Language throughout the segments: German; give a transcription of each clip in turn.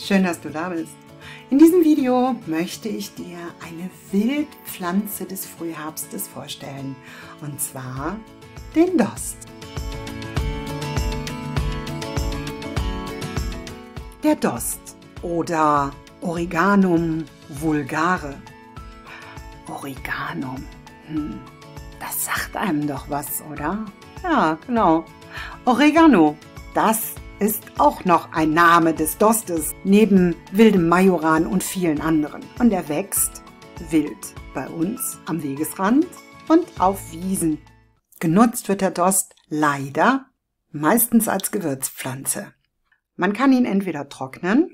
Schön, dass du da bist. In diesem Video möchte ich dir eine Wildpflanze des Frühherbstes vorstellen, und zwar den Dost. Der Dost oder Origanum vulgare. Origanum, das sagt einem doch was, oder? Ja, genau. Oregano, das ist auch noch ein Name des Dostes, neben wildem Majoran und vielen anderen. Und er wächst wild bei uns am Wegesrand und auf Wiesen. Genutzt wird der Dost leider meistens als Gewürzpflanze. Man kann ihn entweder trocknen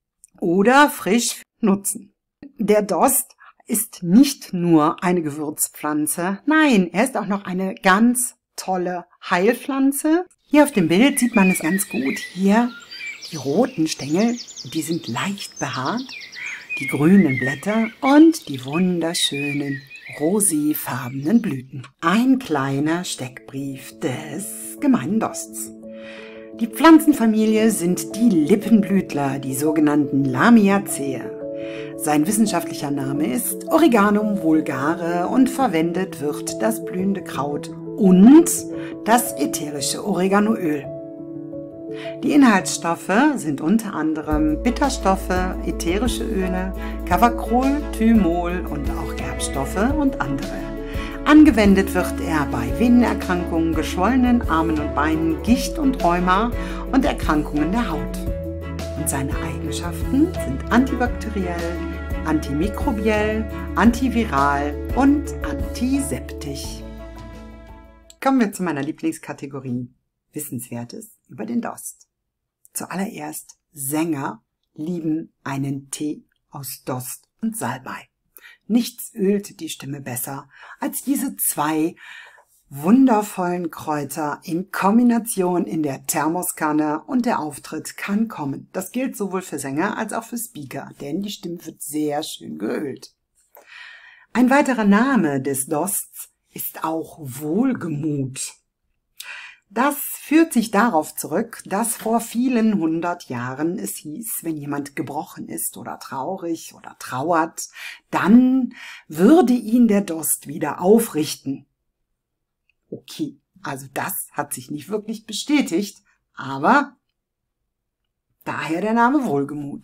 oder frisch nutzen. Der Dost ist nicht nur eine Gewürzpflanze, nein, er ist auch noch eine ganz tolle Heilpflanze. Hier auf dem Bild sieht man es ganz gut. Hier die roten Stängel, die sind leicht behaart, die grünen Blätter und die wunderschönen roséfarbenen Blüten. Ein kleiner Steckbrief des gemeinen Dosts. Die Pflanzenfamilie sind die Lippenblütler, die sogenannten Lamiaceae. Sein wissenschaftlicher Name ist Origanum vulgare und verwendet wird das blühende Kraut und das ätherische Oreganoöl. Die Inhaltsstoffe sind unter anderem Bitterstoffe, ätherische Öle, Kavakrol, Thymol und auch Gerbstoffe und andere. Angewendet wird er bei Venenerkrankungen, geschwollenen Armen und Beinen, Gicht und Rheuma und Erkrankungen der Haut. Und seine Eigenschaften sind antibakteriell, antimikrobiell, antiviral und antiseptisch. Kommen wir zu meiner Lieblingskategorie Wissenswertes über den Dost. Zuallererst, Sänger lieben einen Tee aus Dost und Salbei. Nichts ölt die Stimme besser als diese zwei wundervollen Kräuter in Kombination in der Thermoskanne, und der Auftritt kann kommen. Das gilt sowohl für Sänger als auch für Speaker, denn die Stimme wird sehr schön geölt. Ein weiterer Name des Dosts ist auch Wohlgemut. Das führt sich darauf zurück, dass vor vielen 100 Jahren es hieß, wenn jemand gebrochen ist oder traurig oder trauert, dann würde ihn der Dost wieder aufrichten. Okay, also das hat sich nicht wirklich bestätigt, aber daher der Name Wohlgemut.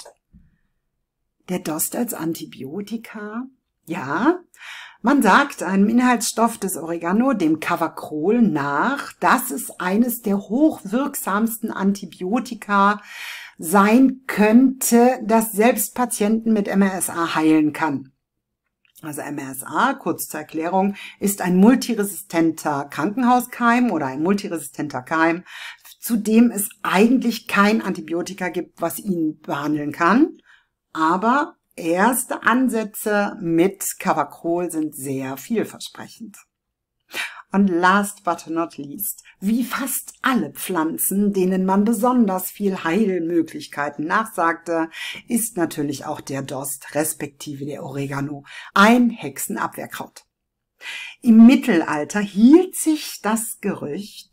Der Dost als Antibiotika? Ja, man sagt einem Inhaltsstoff des Oregano, dem Kavakrol, nach, dass es eines der hochwirksamsten Antibiotika sein könnte, das selbst Patienten mit MRSA heilen kann. Also MRSA, kurz zur Erklärung, ist ein multiresistenter Krankenhauskeim oder ein multiresistenter Keim, zu dem es eigentlich kein Antibiotika gibt, was ihn behandeln kann. Aber erste Ansätze mit Kavakrol sind sehr vielversprechend. Und last but not least, wie fast alle Pflanzen, denen man besonders viel Heilmöglichkeiten nachsagte, ist natürlich auch der Dost respektive der Oregano ein Hexenabwehrkraut. Im Mittelalter hielt sich das Gerücht,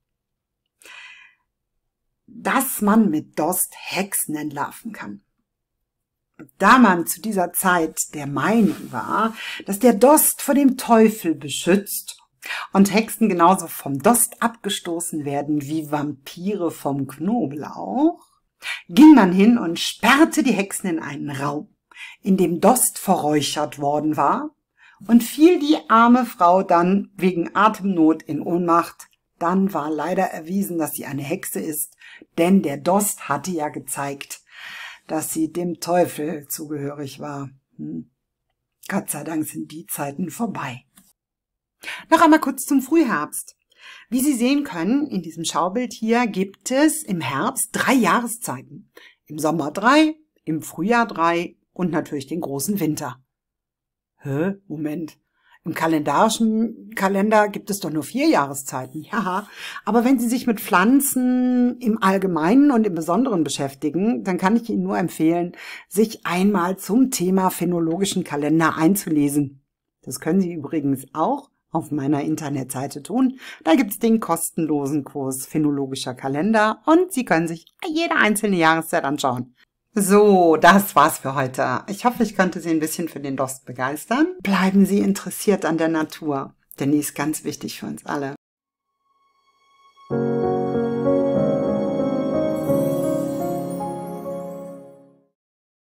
dass man mit Dost Hexen entlarven kann. Da man zu dieser Zeit der Meinung war, dass der Dost vor dem Teufel beschützt und Hexen genauso vom Dost abgestoßen werden wie Vampire vom Knoblauch, ging man hin und sperrte die Hexen in einen Raum, in dem Dost verräuchert worden war, und fiel die arme Frau dann wegen Atemnot in Ohnmacht, dann war leider erwiesen, dass sie eine Hexe ist, denn der Dost hatte ja gezeigt, dass sie dem Teufel zugehörig war. Gott sei Dank sind die Zeiten vorbei. Noch einmal kurz zum Frühherbst. Wie Sie sehen können, in diesem Schaubild hier gibt es im Herbst 3 Jahreszeiten. Im Sommer 3, im Frühjahr 3 und natürlich den großen Winter. Moment. Im kalendarischen Kalender gibt es doch nur 4 Jahreszeiten. Ja, aber wenn Sie sich mit Pflanzen im Allgemeinen und im Besonderen beschäftigen, dann kann ich Ihnen nur empfehlen, sich einmal zum Thema phänologischen Kalender einzulesen. Das können Sie übrigens auch auf meiner Internetseite tun. Da gibt es den kostenlosen Kurs Phänologischer Kalender und Sie können sich jede einzelne Jahreszeit anschauen. So, das war's für heute. Ich hoffe, ich konnte Sie ein bisschen für den Dost begeistern. Bleiben Sie interessiert an der Natur, denn die ist ganz wichtig für uns alle.